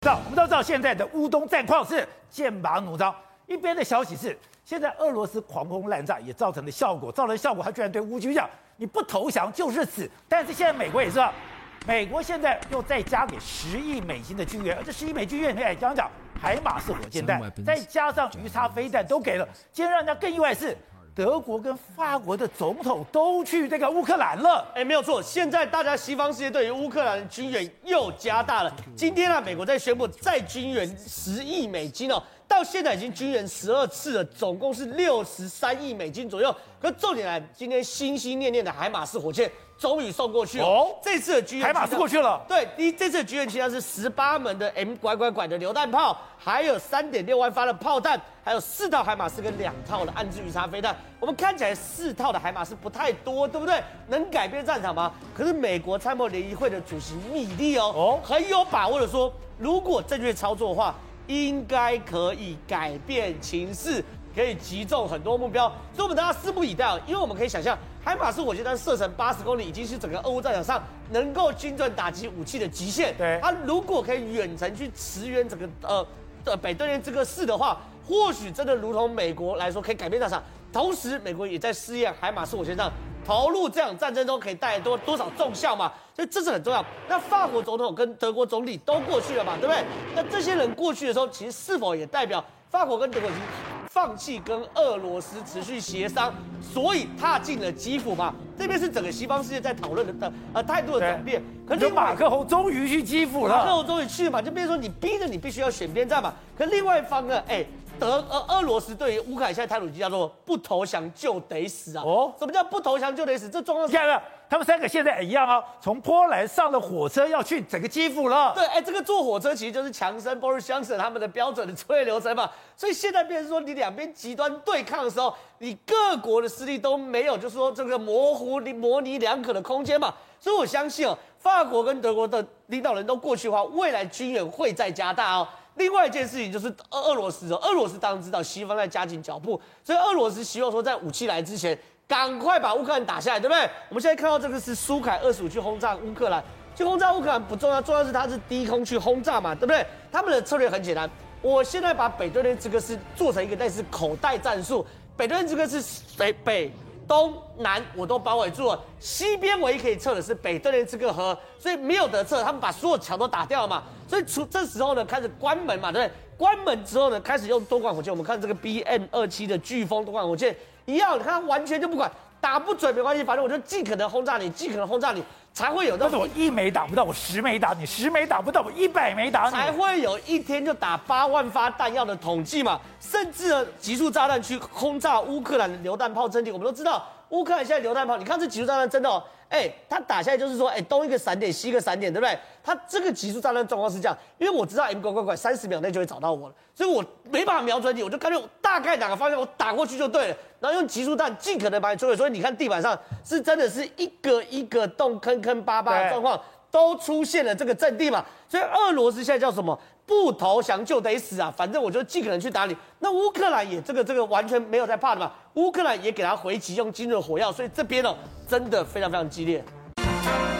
我们都知道现在的乌东战况是剑拔弩张，一边的消息是现在俄罗斯狂轰滥炸也造成了效果，他居然对乌军讲你不投降就是死。但是现在美国也知道，美国现在又再加给10亿美金的军援，而这10亿美金军援，刚刚讲海马式火箭弹，再加上鱼叉飞弹都给了。今天让人家更意外的是，德国跟法国的总统都去这个乌克兰了。 没有错，现在大家西方世界对于乌克兰的军援又加大了。今天美国在宣布再军援10亿美金哦，到现在已经军援12次了，总共是63亿美金左右。可重点来，今天心心念念的海马式火箭终于送过去了。这次的军援海马式过去了。 对，这次的军援其实是18门的 M 拐的榴弹炮，还有3.6万发的炮弹，还有4套海马式跟2套的暗制鱼叉飞弹。我们看起来4套的海马式不太多，对不对？能改变战场吗？可是美国参谋联谊会的主席米利很有把握的说，如果正确操作的话，应该可以改变情势，可以击中很多目标。所以我们大家拭目以待因为我们可以想象，海马式火箭弹射程80公里，已经是整个俄乌战场上能够精准打击武器的极限。 对， 它如果可以远程去驰援整个北顿涅茨克市的话，或许真的如同美国来说可以改变战场。同时，美国也在试验海马式火箭弹投入这场战争中可以带来多少重效嘛？所以这是很重要。那法国总统跟德国总理都过去了嘛，对不对？那这些人过去的时候，其实是否也代表法国跟德国已经放弃跟俄罗斯持续协商，所以踏进了基辅嘛？这边是整个西方世界在讨论的态度的转变。可是马克宏终于去基辅了， 马克宏终于去嘛，就变成说你逼着你必须要选边站嘛。可另外一方呢，俄罗斯对于乌克兰现在态度叫做不投降就得死啊！什么叫不投降就得死？这状况是，他们3个现在也一样从波兰上了火车要去整个基辅了。 对，这个坐火车其实就是强生、Boris Johnson 他们的标准的作业流程嘛。所以现在变成说，你两边极端对抗的时候，你各国的势力都没有，就是说这个模棱两可的空间嘛。所以我相信法国跟德国的领导人都过去的话，未来军援会再加大另外一件事情就是俄罗斯当然知道西方在加紧脚步，所以俄罗斯希望说在武器来之前，赶快把乌克兰打下来，对不对？我们现在看到这个是苏凯25去轰炸乌克兰，去轰炸乌克兰不重要，重要是它是低空去轰炸嘛，对不对？他们的策略很简单，我现在把北顿涅茨克是做成一个类似口袋战术，北顿涅茨克是北东南我都包围住了，西边唯一可以撤的是北顿涅茨克河，所以没有得撤，他们把所有桥都打掉了嘛，所以这时候呢开始关门嘛，对不对？关门之后呢，开始用多管火箭，我们看这个 BM27的飓风多管火箭一样，你看它完全就不管，打不准没关系，反正我就尽可能轰炸你，才会有那种我1枚打不到，我10枚打你，10枚打不到，我100枚打你， 才会有一天就打8万发弹药的统计嘛，甚至呢集束炸弹去轰炸乌克兰的榴弹炮阵地，我们都知道乌克兰现在榴弹炮，你看这集束炸弹真的它打下来就是说，东一个闪点，西一个闪点，对不对？它这个集束炸弹状况是这样，因为我知道 M 拐30秒内就会找到我了，所以我没办法瞄准你，我就干脆大概哪个方向我打过去就对了，然后用集束弹尽可能把你摧毁。所以你看地板上是真的是一个一个洞坑巴的状况都出现了这个阵地嘛，所以俄罗斯现在叫什么？不投降就得死啊！反正我就尽可能去打你。那乌克兰也这个完全没有在怕的嘛，乌克兰也给他回击，用精准火药，所以这边真的非常非常激烈。